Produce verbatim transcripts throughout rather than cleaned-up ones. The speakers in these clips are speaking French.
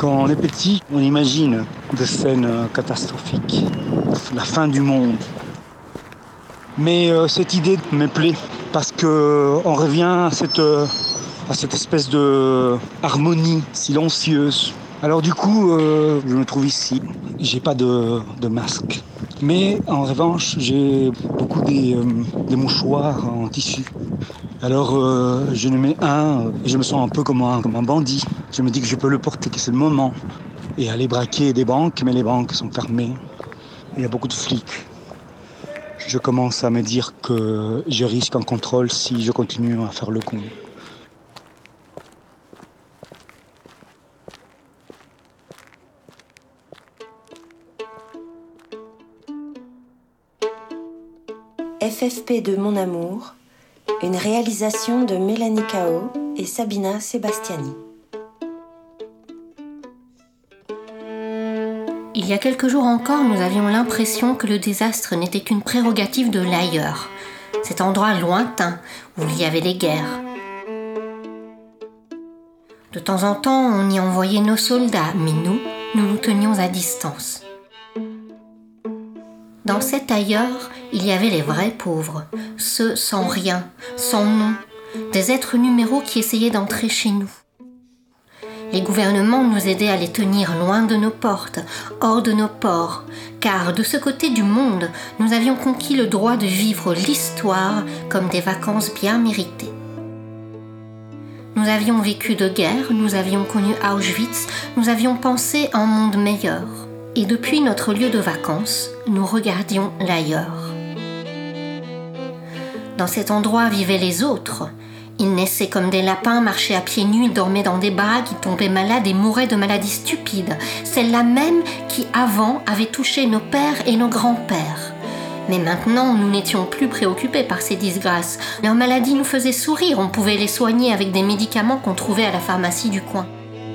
Quand on est petit, on imagine des scènes catastrophiques, la fin du monde. Mais euh, cette idée me plaît parce qu'on revient à cette, euh, à cette espèce de harmonie silencieuse. Alors du coup, euh, je me trouve ici. J'ai pas de, de masque. Mais en revanche, j'ai beaucoup des, euh, des mouchoirs en tissu. Alors euh, je ne mets un et je me sens un peu comme un, comme un bandit. Je me dis que je peux le porter, que c'est le moment. Et aller braquer des banques, mais les banques sont fermées. Il y a beaucoup de flics. Je commence à me dire que je risque un contrôle si je continue à faire le con. F F P de Mon Amour, une réalisation de Mélanie Cao et Sabina Sebastiani. Il y a quelques jours encore, nous avions l'impression que le désastre n'était qu'une prérogative de l'ailleurs, cet endroit lointain où il y avait des guerres. De temps en temps, on y envoyait nos soldats, mais nous, nous nous tenions à distance. Dans cet ailleurs, il y avait les vrais pauvres, ceux sans rien, sans nom, des êtres numéros qui essayaient d'entrer chez nous. Les gouvernements nous aidaient à les tenir loin de nos portes, hors de nos ports, car de ce côté du monde, nous avions conquis le droit de vivre l'histoire comme des vacances bien méritées. Nous avions vécu de guerre, nous avions connu Auschwitz, nous avions pensé un monde meilleur. Et depuis notre lieu de vacances, nous regardions l'ailleurs. Dans cet endroit vivaient les autres. Ils naissaient comme des lapins, marchaient à pieds nus, dormaient dans des baraques, ils tombaient malades et mouraient de maladies stupides. Celles-là même qui, avant, avaient touché nos pères et nos grands-pères. Mais maintenant, nous n'étions plus préoccupés par ces disgrâces. Leurs maladies nous faisaient sourire, on pouvait les soigner avec des médicaments qu'on trouvait à la pharmacie du coin.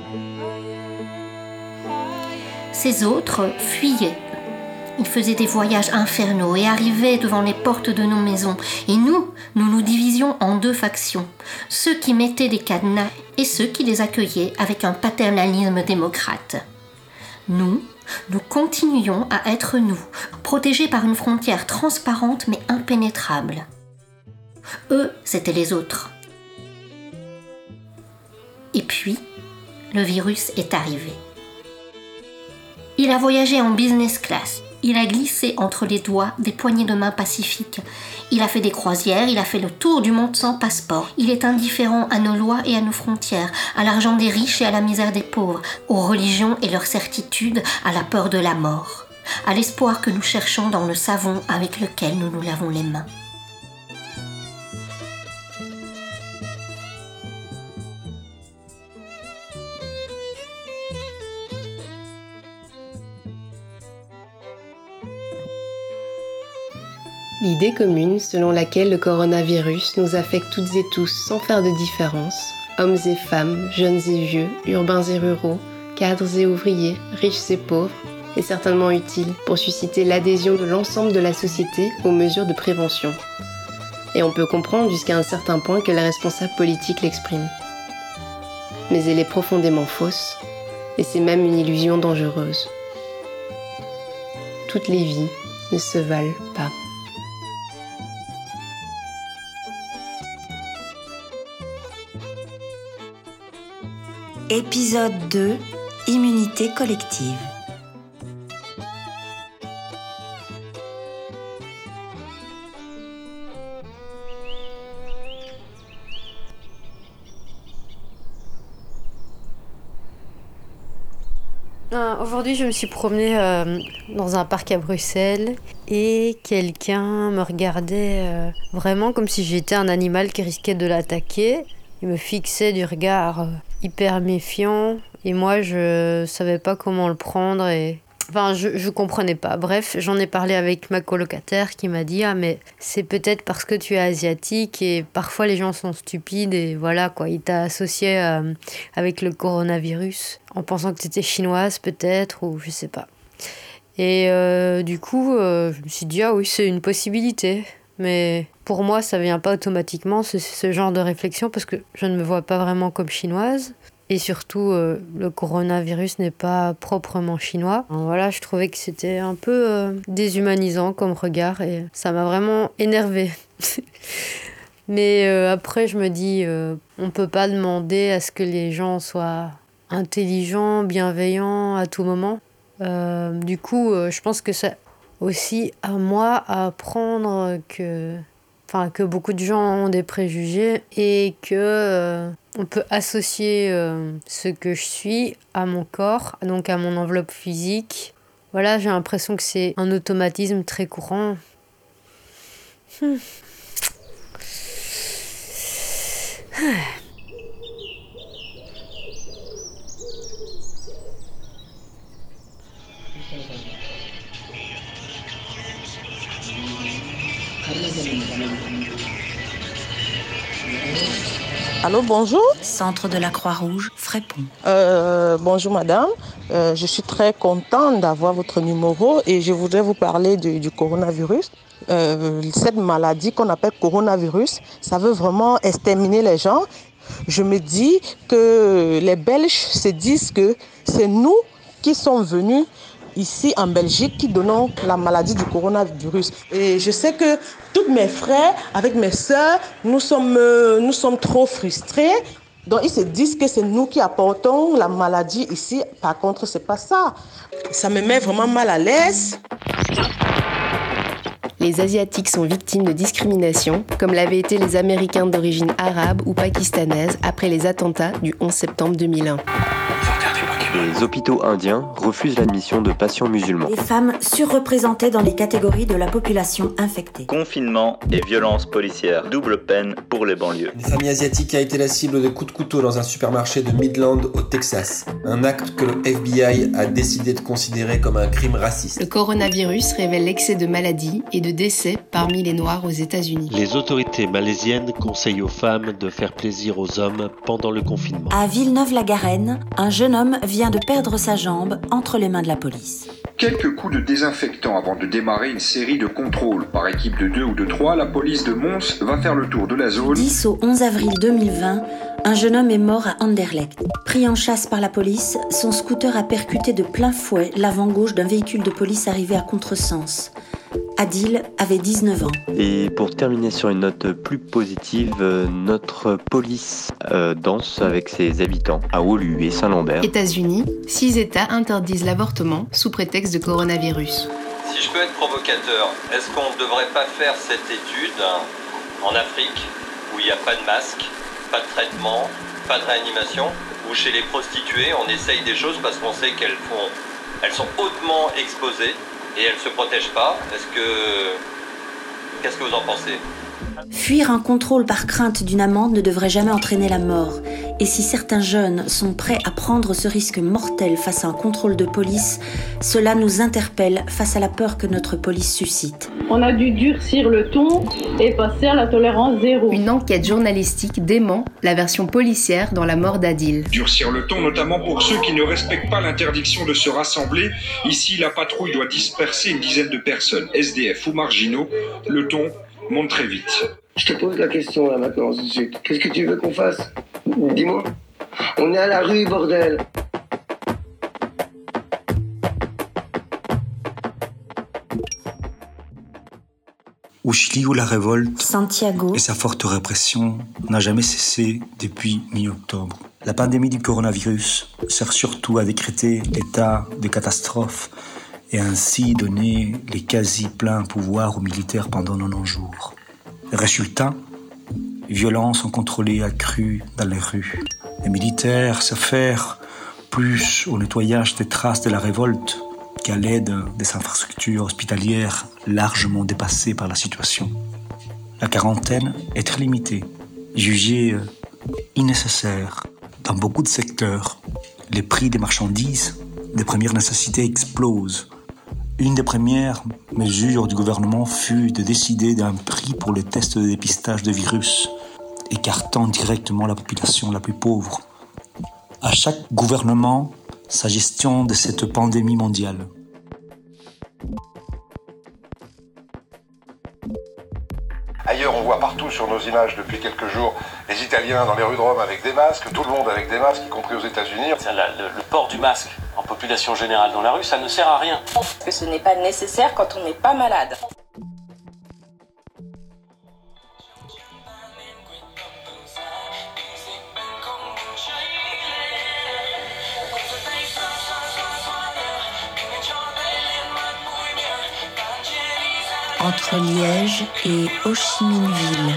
Ces autres fuyaient. Ils faisaient des voyages infernaux et arrivaient devant les portes de nos maisons. Et nous, nous nous divisions en deux factions. Ceux qui mettaient des cadenas et ceux qui les accueillaient avec un paternalisme démocrate. Nous, nous continuions à être nous, protégés par une frontière transparente mais impénétrable. Eux, c'étaient les autres. Et puis, le virus est arrivé. Il a voyagé en business class. Il a glissé entre les doigts des poignées de main pacifiques. Il a fait des croisières, il a fait le tour du monde sans passeport. Il est indifférent à nos lois et à nos frontières, à l'argent des riches et à la misère des pauvres, aux religions et leurs certitudes, à la peur de la mort, à l'espoir que nous cherchons dans le savon avec lequel nous nous lavons les mains. L'idée commune selon laquelle le coronavirus nous affecte toutes et tous sans faire de différence, hommes et femmes, jeunes et vieux, urbains et ruraux, cadres et ouvriers, riches et pauvres, est certainement utile pour susciter l'adhésion de l'ensemble de la société aux mesures de prévention. Et on peut comprendre jusqu'à un certain point que les responsables politiques l'expriment. Mais elle est profondément fausse, et c'est même une illusion dangereuse. Toutes les vies ne se valent pas. Épisode deux, Immunité collective. Aujourd'hui, je me suis promenée euh, dans un parc à Bruxelles et quelqu'un me regardait euh, vraiment comme si j'étais un animal qui risquait de l'attaquer. Il me fixait du regard euh, hyper méfiant et moi, je savais pas comment le prendre et... Enfin, je, je comprenais pas. Bref, j'en ai parlé avec ma colocataire qui m'a dit « Ah, mais c'est peut-être parce que tu es asiatique et parfois les gens sont stupides et voilà quoi, il t'a associé euh, avec le coronavirus en pensant que tu étais chinoise peut-être ou je sais pas. » Et euh, du coup, euh, je me suis dit « Ah oui, c'est une possibilité. » Mais pour moi, ça vient pas automatiquement ce, ce genre de réflexion parce que je ne me vois pas vraiment comme chinoise. Et surtout, euh, le coronavirus n'est pas proprement chinois. Voilà, je trouvais que c'était un peu euh, déshumanisant comme regard et ça m'a vraiment énervée. Mais euh, après, je me dis, euh, on ne peut pas demander à ce que les gens soient intelligents, bienveillants à tout moment. Euh, du coup, euh, je pense que c'est aussi à moi à apprendre que, enfin, que beaucoup de gens ont des préjugés et que euh, on peut associer euh, ce que je suis à mon corps, donc à mon enveloppe physique. Voilà, j'ai l'impression que c'est un automatisme très courant. Hmm. Allô, bonjour. Centre de la Croix-Rouge, Frépont. Euh, bonjour madame, euh, je suis très contente d'avoir votre numéro et je voudrais vous parler du, du coronavirus. Euh, cette maladie qu'on appelle coronavirus, ça veut vraiment exterminer les gens. Je me dis que les Belges se disent que c'est nous qui sommes venus ici en Belgique qui donnons la maladie du coronavirus. Et je sais que tous mes frères, avec mes sœurs, nous sommes, euh, nous sommes trop frustrés. Donc ils se disent que c'est nous qui apportons la maladie ici. Par contre, c'est pas ça. Ça me met vraiment mal à l'aise. Les Asiatiques sont victimes de discrimination, comme l'avaient été les Américains d'origine arabe ou pakistanaise après les attentats du onze septembre deux mille un. Les hôpitaux indiens refusent l'admission de patients musulmans. Les femmes surreprésentées dans les catégories de la population infectée. Confinement et violence policière. Double peine pour les banlieues. Une famille asiatique a été la cible de coups de couteau dans un supermarché de Midland au Texas. Un acte que le F B I a décidé de considérer comme un crime raciste. Le coronavirus révèle l'excès de maladies et de décès parmi les Noirs aux États-Unis. Les autorités malaisiennes conseillent aux femmes de faire plaisir aux hommes pendant le confinement. À Villeneuve-la-Garenne, un jeune homme vient de perdre sa jambe entre les mains de la police. Quelques coups de désinfectant avant de démarrer une série de contrôles. Par équipe de deux ou de trois, la police de Mons va faire le tour de la zone. dix au onze avril deux mille vingt, un jeune homme est mort à Anderlecht. Pris en chasse par la police, son scooter a percuté de plein fouet l'avant-gauche d'un véhicule de police arrivé à contresens. Adil avait dix-neuf ans. Et pour terminer sur une note plus positive, notre police euh, danse avec ses habitants à Wolu et Saint-Lambert. États-Unis, six États interdisent l'avortement sous prétexte de coronavirus. Si je peux être provocateur, est-ce qu'on ne devrait pas faire cette étude en Afrique où il n'y a pas de masque, pas de traitement, pas de réanimation, où chez les prostituées on essaye des choses parce qu'on sait qu'elles font, elles sont hautement exposées et elles ne se protègent pas. Est-ce que... Qu'est-ce que vous en pensez ? Fuir un contrôle par crainte d'une amende ne devrait jamais entraîner la mort. Et si certains jeunes sont prêts à prendre ce risque mortel face à un contrôle de police, cela nous interpelle face à la peur que notre police suscite. On a dû durcir le ton et passer à la tolérance zéro. Une enquête journalistique dément la version policière dans la mort d'Adil. Durcir le ton, notamment pour ceux qui ne respectent pas l'interdiction de se rassembler. Ici, la patrouille doit disperser une dizaine de personnes, S D F ou marginaux. Le ton monte très vite. Je te pose la question là maintenant tout de suite. Qu'est-ce que tu veux qu'on fasse ? Dis-moi. On est à la rue, bordel. Au Chili où la révolte Santiago et sa forte répression n'a jamais cessé depuis mi-octobre. La pandémie du coronavirus sert surtout à décréter l'état de catastrophe et ainsi donner les quasi pleins pouvoirs aux militaires pendant quatre-vingt-dix jours. Résultat, violences incontrôlées accrues dans les rues. Les militaires s'affairent plus au nettoyage des traces de la révolte qu'à l'aide des infrastructures hospitalières largement dépassées par la situation. La quarantaine est très limitée, jugée innécessaire. Dans beaucoup de secteurs, les prix des marchandises des premières nécessités explosent. Une des premières mesures du gouvernement fut de décider d'un prix pour les tests de dépistage de virus, écartant directement la population la plus pauvre. À chaque gouvernement, sa gestion de cette pandémie mondiale. Ailleurs, on voit partout sur nos images depuis quelques jours les Italiens dans les rues de Rome avec des masques, tout le monde avec des masques, y compris aux États-Unis. Le, le port du masque en population générale dans la rue, ça ne sert à rien. Que ce n'est pas nécessaire quand on n'est pas malade. Entre Liège et Ho Chi Minh Ville.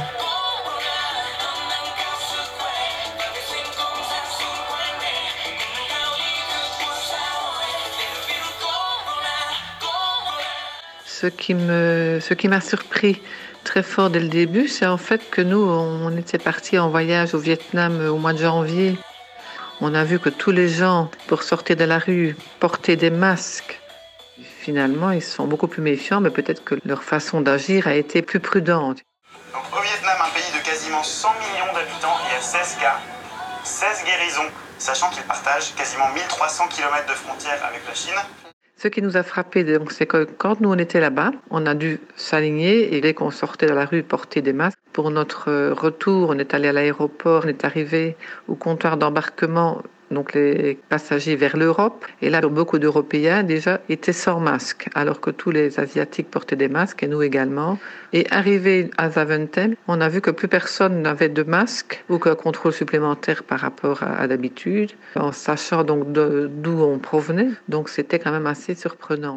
Ce qui me, ce qui m'a surpris très fort dès le début, c'est en fait que nous, on était partis en voyage au Vietnam au mois de janvier. On a vu que tous les gens, pour sortir de la rue, portaient des masques. Finalement, ils sont beaucoup plus méfiants, mais peut-être que leur façon d'agir a été plus prudente. Donc, au Vietnam, un pays de quasiment cent millions d'habitants, il y a seize cas, seize guérisons, sachant qu'ils partagent quasiment mille trois cents kilomètres de frontières avec la Chine. Ce qui nous a frappé, donc, c'est que quand nous on était là-bas, on a dû s'aligner et dès qu'on sortait de la rue, porter des masques. Pour notre retour, on est allé à l'aéroport, on est arrivé au comptoir d'embarquement, donc les passagers vers l'Europe. Et là, beaucoup d'Européens déjà étaient sans masque, alors que tous les Asiatiques portaient des masques et nous également. Et arrivé à Zaventem, on a vu que plus personne n'avait de masque, aucun contrôle supplémentaire par rapport à, à d'habitude, en sachant donc de, d'où on provenait. Donc c'était quand même assez surprenant.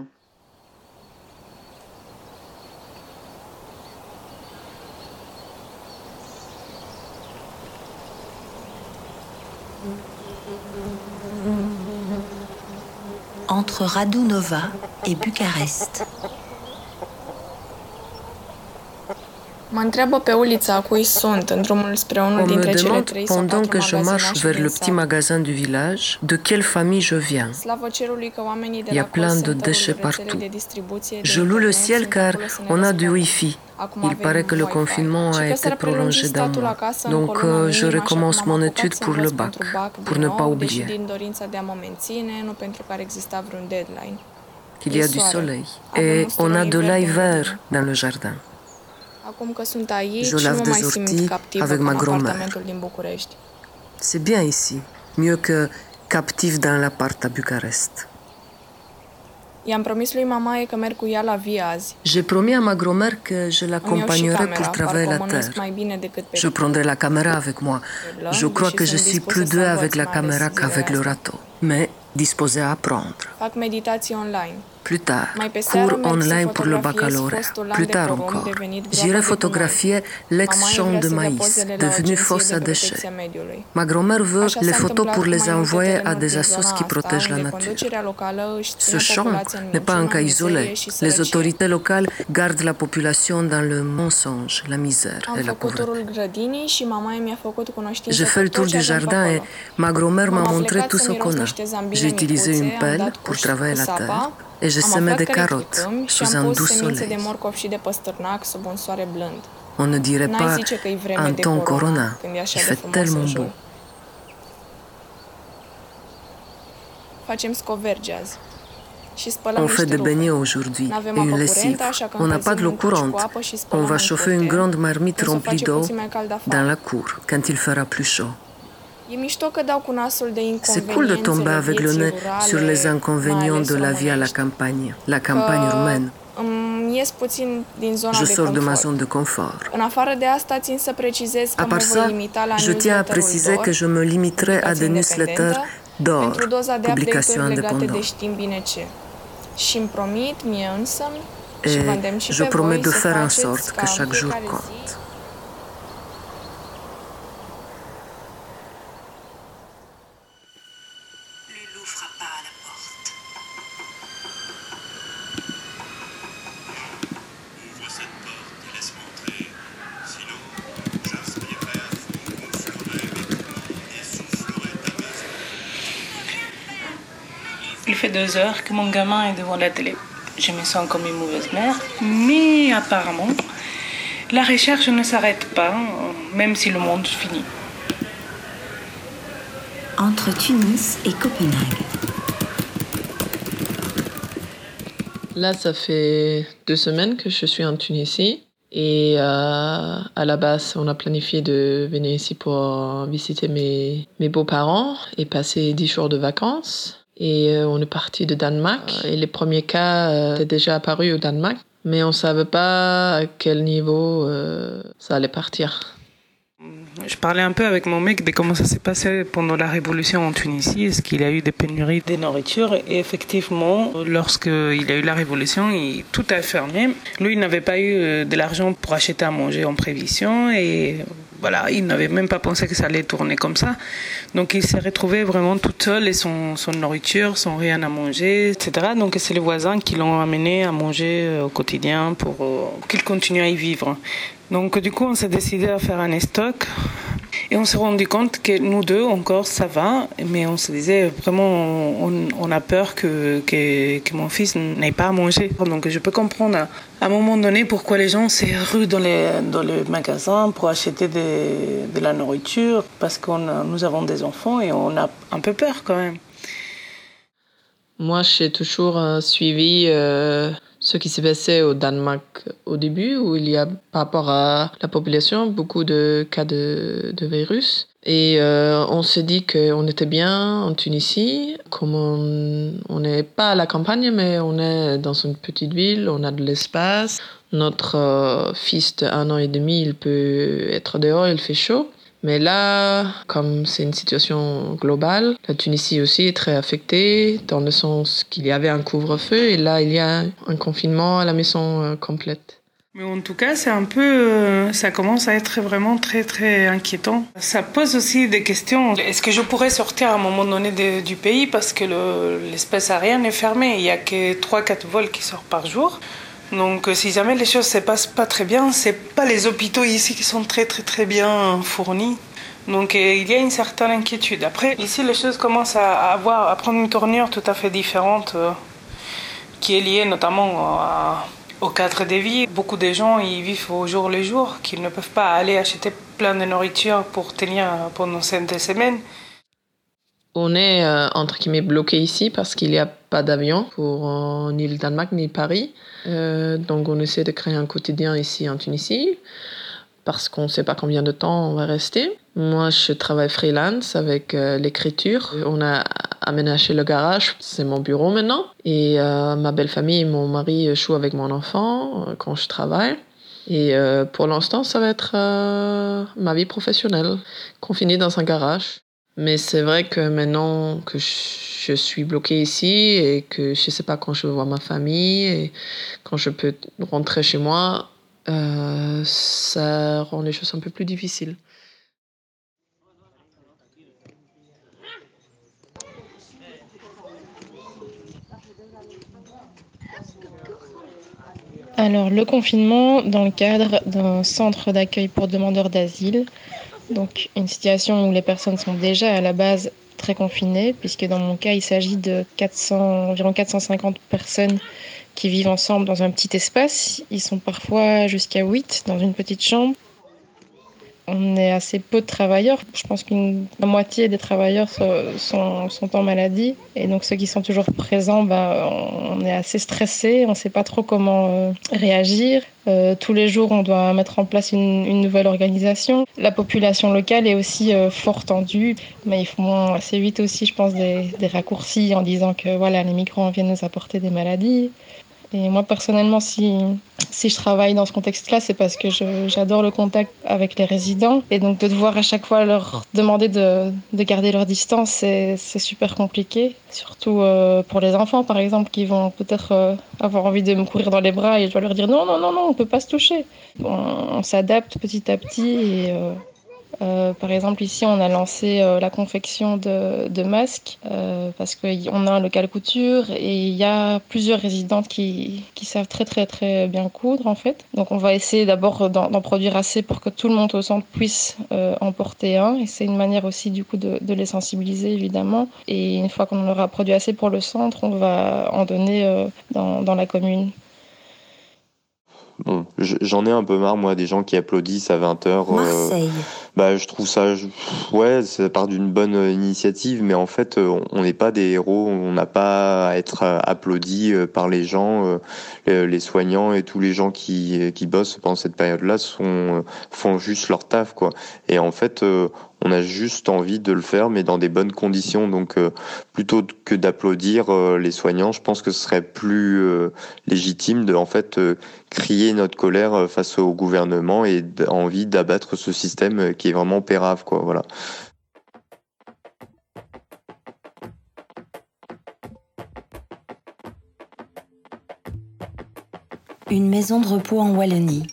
Entre Radunova et Bucarest. On me demande, pendant que je marche vers le petit magasin du village, de quelle famille je viens. Il y a plein de déchets partout. Je loue le ciel car on a du Wi-Fi. Il paraît que le confinement a été prolongé d'un mois. Donc euh, je recommence mon étude pour le bac, pour ne pas oublier. Il y a du soleil et on a de l'ail vert dans le jardin. Je lave des orties avec ma grand-mère. C'est bien ici, mieux que captif dans l'appart à Bucarest. J'ai promis à ma grand-mère que je l'accompagnerai pour travailler la terre. Je prendrai la caméra avec moi. Je crois que je suis plus douée avec la caméra qu'avec le râteau, mais disposée à apprendre. Plus tard, cours online pour le baccalauréat. Plus tard encore, j'irai photographier l'ex-champ de maïs, devenu fosse à déchets. Ma grand-mère veut les photos pour les envoyer à des assos qui protègent la nature. Ce champ n'est pas un cas isolé. Les autorités locales gardent la population dans le mensonge, la misère et la pauvreté. J'ai fait le tour du jardin et ma grand-mère m'a montré tout ce qu'on a. J'ai utilisé une pelle pour travailler la terre. Et je semais des carottes sous un doux soleil. On ne dirait pas un temps corona, il fait tellement beau. On fait des beignets aujourd'hui et une lessive. On n'a pas de l'eau courante. On va chauffer une grande marmite remplie d'eau dans la cour quand il fera plus chaud. C'est cool de tomber avec le nez sur les inconvénients de la vie à la campagne, la campagne roumaine. Je sors de ma zone de confort. À part ça, je tiens à préciser que je me limiterai à des newsletters d'or, publications indépendantes. Et je promets de faire en sorte que chaque jour compte. Il fait deux heures que mon gamin est devant la télé. Je me sens comme une mauvaise mère, mais apparemment, la recherche ne s'arrête pas, même si le monde finit. Entre Tunis et Copenhague. Là, ça fait deux semaines que je suis en Tunisie. Et euh, à la base, on a planifié de venir ici pour visiter mes, mes beaux-parents et passer dix jours de vacances. Et euh, on est parti de Danemark. Et les premiers cas euh, étaient déjà apparus au Danemark. Mais on ne savait pas à quel niveau euh, ça allait partir. Je parlais un peu avec mon mec de comment ça s'est passé pendant la révolution en Tunisie. Est-ce qu'il y a eu des pénuries de nourriture? Et effectivement, lorsqu'il y a eu la révolution, il, tout a fermé. Lui, il n'avait pas eu de l'argent pour acheter à manger en prévision. Et voilà, il n'avait même pas pensé que ça allait tourner comme ça. Donc il s'est retrouvé vraiment tout seul et son, son nourriture, sans rien à manger, et cetera. Donc c'est les voisins qui l'ont amené à manger au quotidien pour euh, qu'il continue à y vivre. Donc du coup, on s'est décidé à faire un stock et on s'est rendu compte que nous deux, encore, ça va, mais on se disait vraiment, on, on a peur que, que, que mon fils n'ait pas à manger. Donc je peux comprendre à un moment donné pourquoi les gens se ruent dans les, dans les magasins pour acheter de, de la nourriture, parce que nous avons des enfants et on a un peu peur quand même. Moi, j'ai toujours euh, suivi euh, ce qui s'est passé au Danemark au début, où il y a, par rapport à la population, beaucoup de cas de, de virus. Et euh, on s'est dit qu'on était bien en Tunisie, comme on n'est pas à la campagne, mais on est dans une petite ville, on a de l'espace. Notre euh, fils d'un an et demi, il peut être dehors, il fait chaud. Mais là, comme c'est une situation globale, la Tunisie aussi est très affectée, dans le sens qu'il y avait un couvre-feu, et là, il y a un confinement à la maison euh, complète. Mais en tout cas, c'est un peu, ça commence à être vraiment très très inquiétant. Ça pose aussi des questions. Est-ce que je pourrais sortir à un moment donné de, du pays parce que le, l'espace aérien est fermé? Il y a que trois quatre vols qui sortent par jour. Donc si jamais les choses se passent pas très bien, c'est pas les hôpitaux ici qui sont très très très bien fournis. Donc il y a une certaine inquiétude. Après, ici les choses commencent à avoir, à prendre une tournure tout à fait différente, euh, qui est liée notamment à, au cadre de vie. Beaucoup de gens ils vivent au jour le jour, qu'ils ne peuvent pas aller acheter plein de nourriture pour tenir pendant ces semaines. On est euh, entre guillemets bloqué ici parce qu'il n'y a pas d'avion pour euh, ni le Danemark ni Paris. Euh, donc on essaie de créer un quotidien ici en Tunisie parce qu'on ne sait pas combien de temps on va rester. Moi, je travaille freelance avec euh, l'écriture. On a aménagé le garage, c'est mon bureau maintenant. Et euh, ma belle famille et mon mari jouent avec mon enfant euh, quand je travaille. Et euh, pour l'instant, ça va être euh, ma vie professionnelle, confinée dans un garage. Mais c'est vrai que maintenant que je suis bloquée ici et que je ne sais pas quand je vais voir ma famille et quand je peux rentrer chez moi, euh, ça rend les choses un peu plus difficiles. Alors, le confinement dans le cadre d'un centre d'accueil pour demandeurs d'asile. Donc une situation où les personnes sont déjà à la base très confinées, puisque dans mon cas, il s'agit de quatre cents, environ quatre cent cinquante personnes qui vivent ensemble dans un petit espace. Ils sont parfois jusqu'à huit dans une petite chambre. On est assez peu de travailleurs. Je pense qu'une la moitié des travailleurs sont, sont en maladie. Et donc ceux qui sont toujours présents, ben, on est assez stressés. On ne sait pas trop comment euh, réagir. Euh, tous les jours, on doit mettre en place une, une nouvelle organisation. La population locale est aussi euh, fort tendue. Mais ils font assez vite aussi, je pense, des, des raccourcis en disant que voilà, les migrants viennent nous apporter des maladies. Et moi, personnellement, si, si je travaille dans ce contexte-là, c'est parce que je, j'adore le contact avec les résidents. Et donc, de devoir à chaque fois leur demander de, de garder leur distance, c'est, c'est super compliqué. Surtout euh, pour les enfants, par exemple, qui vont peut-être euh, avoir envie de me courir dans les bras et je dois leur dire non, non, non, non, on ne peut pas se toucher. On, on s'adapte petit à petit et... Euh, Euh, par exemple, ici, on a lancé euh, la confection de, de masques euh, parce qu'on a un local couture et il y a plusieurs résidentes qui, qui savent très, très, très bien coudre, en fait. Donc, on va essayer d'abord d'en, d'en produire assez pour que tout le monde au centre puisse euh, en porter un. Et c'est une manière aussi, du coup, de, de les sensibiliser, évidemment. Et une fois qu'on aura produit assez pour le centre, on va en donner euh, dans, dans la commune. Bon, j'en ai un peu marre, moi, des gens qui applaudissent à vingt heures. Marseille. Euh, Bah, je trouve ça, je- ouais, ça part d'une bonne euh, initiative, mais en fait, euh, on n'est pas des héros, on n'a pas à être euh, applaudi euh, par les gens, euh, les, les soignants et tous les gens qui qui bossent pendant cette période-là sont euh, font juste leur taf, quoi. Et en fait, euh, on a juste envie de le faire, mais dans des bonnes conditions. Donc, euh, plutôt que d'applaudir euh, les soignants, je pense que ce serait plus euh, légitime de, en fait, euh, crier notre colère euh, face au gouvernement et d- envie d'abattre ce système euh, qui est vraiment pérave, quoi. Voilà. Une maison de repos en Wallonie.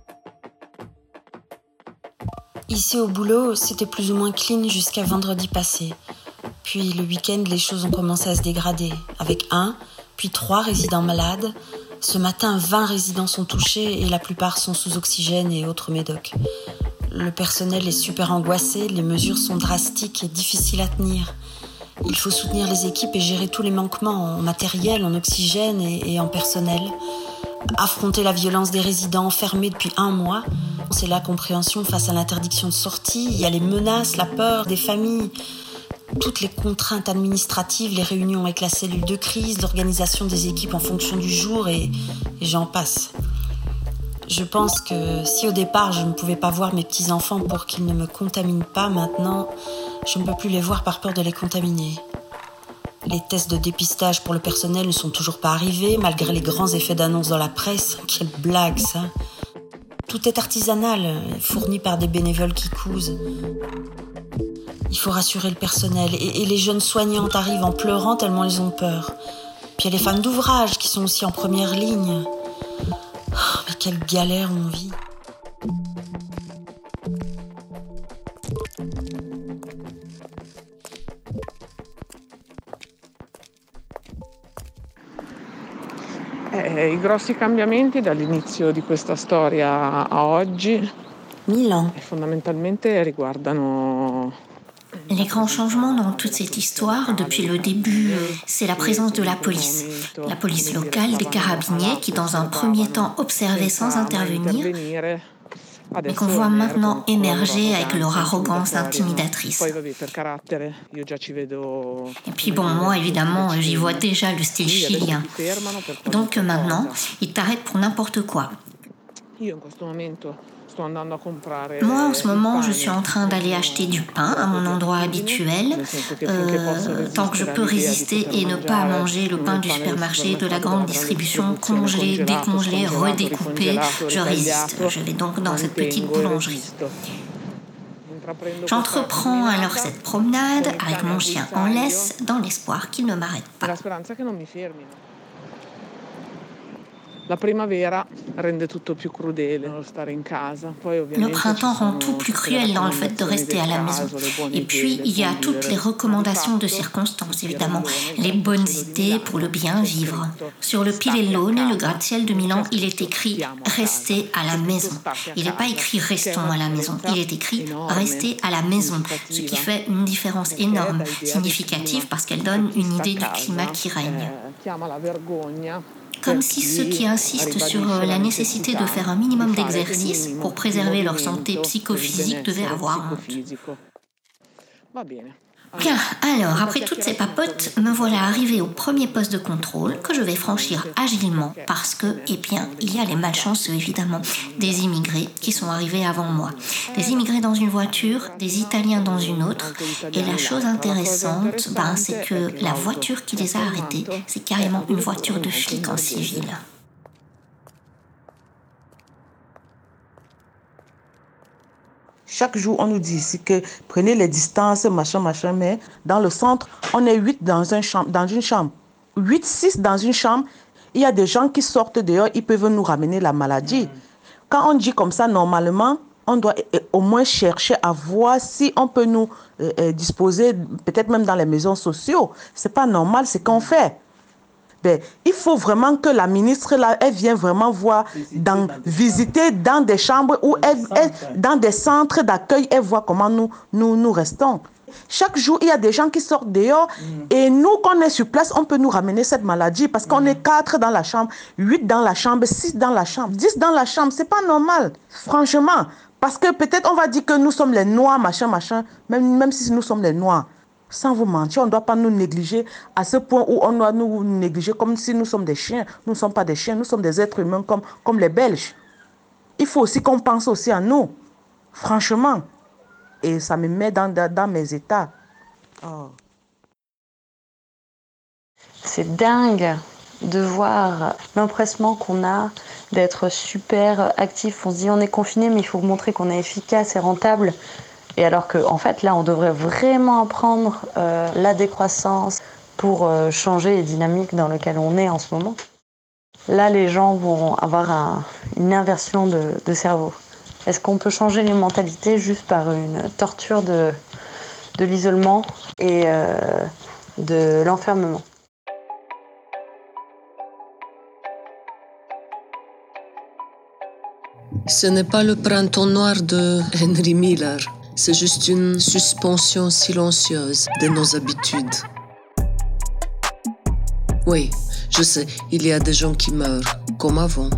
Ici au boulot, c'était plus ou moins clean jusqu'à vendredi passé. Puis le week-end, les choses ont commencé à se dégrader, avec un, puis trois résidents malades. Ce matin, vingt résidents sont touchés et la plupart sont sous oxygène et autres médocs. Le personnel est super angoissé, les mesures sont drastiques et difficiles à tenir. Il faut soutenir les équipes et gérer tous les manquements en matériel, en oxygène et, et en personnel. Affronter la violence des résidents enfermés depuis un mois, c'est l'incompréhension face à l'interdiction de sortie, il y a les menaces, la peur des familles, toutes les contraintes administratives, les réunions avec la cellule de crise, l'organisation des équipes en fonction du jour et, et j'en passe. Je pense que si au départ je ne pouvais pas voir mes petits-enfants pour qu'ils ne me contaminent pas, maintenant je ne peux plus les voir par peur de les contaminer. Les tests de dépistage pour le personnel ne sont toujours pas arrivés, malgré les grands effets d'annonce dans la presse. Quelle blague, ça! Tout est artisanal, fourni par des bénévoles qui cousent. Il faut rassurer le personnel. Et, et les jeunes soignantes arrivent en pleurant tellement elles ont peur. Puis il y a les femmes d'ouvrage qui sont aussi en première ligne. Oh, mais quelle galère on vit! Eh, I grossi cambiamenti dall'inizio di questa storia a oggi Milan. fondamentalmente riguardano Les grands changements dans toute cette histoire, depuis le début, c'est la présence de la police. La police locale, des carabiniers qui, dans un premier temps, observaient sans intervenir, mais qu'on voit maintenant émerger avec leur arrogance intimidatrice. Et puis bon, moi, évidemment, j'y vois déjà le style chilien. Donc maintenant, ils t'arrêtent pour n'importe quoi. Moi, en ce moment, je suis en train d'aller acheter du pain à mon endroit habituel. Euh, tant que je peux résister et ne pas manger le pain du supermarché, de la grande distribution, congelé, décongelé, redécoupé, je résiste. Je vais donc dans cette petite boulangerie. J'entreprends alors cette promenade avec mon chien en laisse, dans l'espoir qu'il ne m'arrête pas. La primavera rende tutto più crudele, stare in casa. Poi, Le printemps rend tout plus cruel dans le fait de rester à la maison. Et puis, il y a toutes les recommandations de circonstances, évidemment, les bonnes idées pour le bien vivre. Sur le Pilellone, le gratte-ciel de Milan, il est écrit « Restez à la maison ». Il n'est pas écrit « Restons à la maison », il est écrit « Restez à la maison », ce qui fait une différence énorme, significative parce qu'elle donne une idée du climat qui règne. Comme si ceux qui insistent sur la nécessité de faire un minimum d'exercice pour préserver leur santé psychophysique devaient avoir honte. Bien, alors, après toutes ces papotes, me voilà arrivée au premier poste de contrôle que je vais franchir agilement parce que, eh bien, il y a les malchanceux, évidemment, des immigrés qui sont arrivés avant moi. Des immigrés dans une voiture, des Italiens dans une autre. Et la chose intéressante, ben, c'est que la voiture qui les a arrêtés, c'est carrément une voiture de flic en civil. Chaque jour, on nous dit ici que prenez les distances, machin, machin, mais dans le centre, on est huit dans, un chambre, dans une chambre. Huit, six dans une chambre. Il y a des gens qui sortent dehors, ils peuvent nous ramener la maladie. Quand on dit comme ça, normalement, on doit au moins chercher à voir si on peut nous euh, disposer, peut-être même dans les maisons sociales. C'est pas normal ce qu'on fait. Ben, il faut vraiment que la ministre, là, elle vienne vraiment voir, dans, visiter dans des chambres ou elle, elle, dans des centres d'accueil, elle voit comment nous, nous, nous restons. Chaque jour, il y a des gens qui sortent dehors et nous, quand on est sur place, on peut nous ramener cette maladie parce qu'on est quatre dans la chambre, huit dans la chambre, six dans la chambre, dix dans la chambre. C'est pas normal, franchement. Parce que peut-être on va dire que nous sommes les Noirs, machin, machin, même, même si nous sommes les Noirs. Sans vous mentir, on ne doit pas nous négliger à ce point où on doit nous négliger comme si nous sommes des chiens. Nous ne sommes pas des chiens, nous sommes des êtres humains comme, comme les Belges. Il faut aussi qu'on pense aussi à nous, franchement. Et ça me met dans, dans, dans mes états. Oh. C'est dingue de voir l'empressement qu'on a d'être super actif. On se dit on est confiné, mais il faut montrer qu'on est efficace et rentable. Et alors qu'en en fait, là, on devrait vraiment apprendre euh, la décroissance pour euh, changer les dynamiques dans lesquelles on est en ce moment. Là, les gens vont avoir un, une inversion de, de cerveau. Est-ce qu'on peut changer les mentalités juste par une torture de, de l'isolement et euh, de l'enfermement ? Ce n'est pas le printemps noir de Henry Miller. C'est juste une suspension silencieuse de nos habitudes. Oui, je sais, il y a des gens qui meurent, comme avant.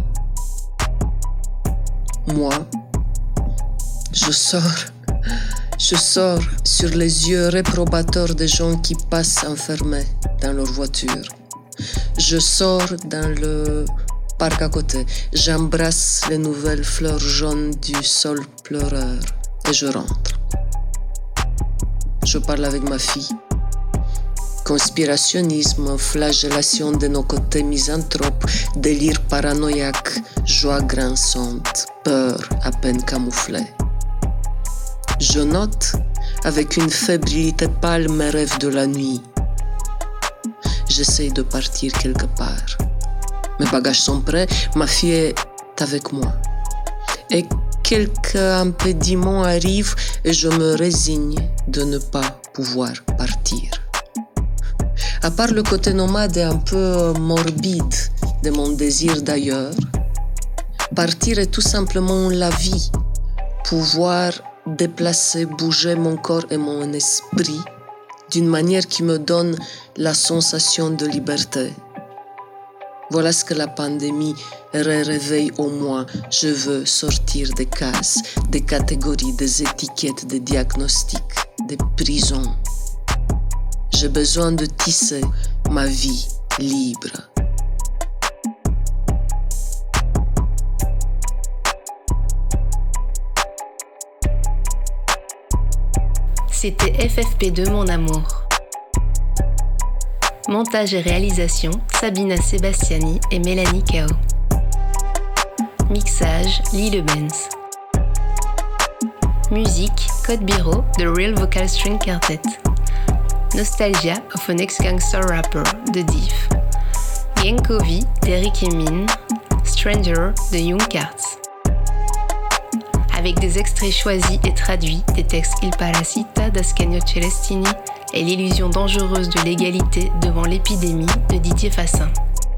Moi, je sors, je sors sur les yeux réprobateurs des gens qui passent enfermés dans leur voiture. Je sors dans le parc à côté, j'embrasse les nouvelles fleurs jaunes du sol pleureur. Et je rentre. Je parle avec ma fille. Conspirationnisme, flagellation de nos côtés misanthropes, délire paranoïaque, joie grinçante, peur à peine camouflée. Je note, avec une fébrilité pâle, mes rêves de la nuit. J'essaie de partir quelque part. Mes bagages sont prêts, ma fille est avec moi. Et quelques impédiments arrivent et je me résigne de ne pas pouvoir partir. À part le côté nomade et un peu morbide de mon désir d'ailleurs, partir est tout simplement la vie. Pouvoir déplacer, bouger mon corps et mon esprit d'une manière qui me donne la sensation de liberté. Voilà ce que la pandémie réveille au moi. Je veux sortir des cases, des catégories, des étiquettes, des diagnostics, des prisons. J'ai besoin de tisser ma vie libre. C'était F F P deux Mon Amour. Montage et réalisation, Sabina Sebastiani et Mélanie Cao. Mixage, Lille Benz. Musique, Code Biro, The Real Vocal String Quartet. Nostalgia of an Ex-Gangster Rapper, de Diff. Yenkovi, d'Eric Emin. Stranger, de Young Carts. Avec des extraits choisis et traduits des textes Il Parasita d'Ascanio Celestini et l'illusion dangereuse de l'égalité devant l'épidémie de Didier Fassin.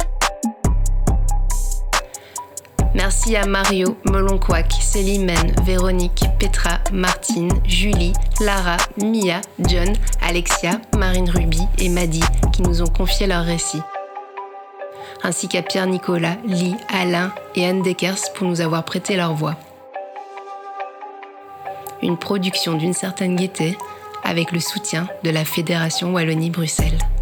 Merci à Mario, Melonquac, Célimène, Véronique, Petra, Martine, Julie, Lara, Mia, John, Alexia, Marine Ruby et Maddy qui nous ont confié leurs récits. Ainsi qu'à Pierre-Nicolas, Lee, Alain et Anne Dekers pour nous avoir prêté leur voix. Une production d'une certaine gaieté avec le soutien de la Fédération Wallonie-Bruxelles.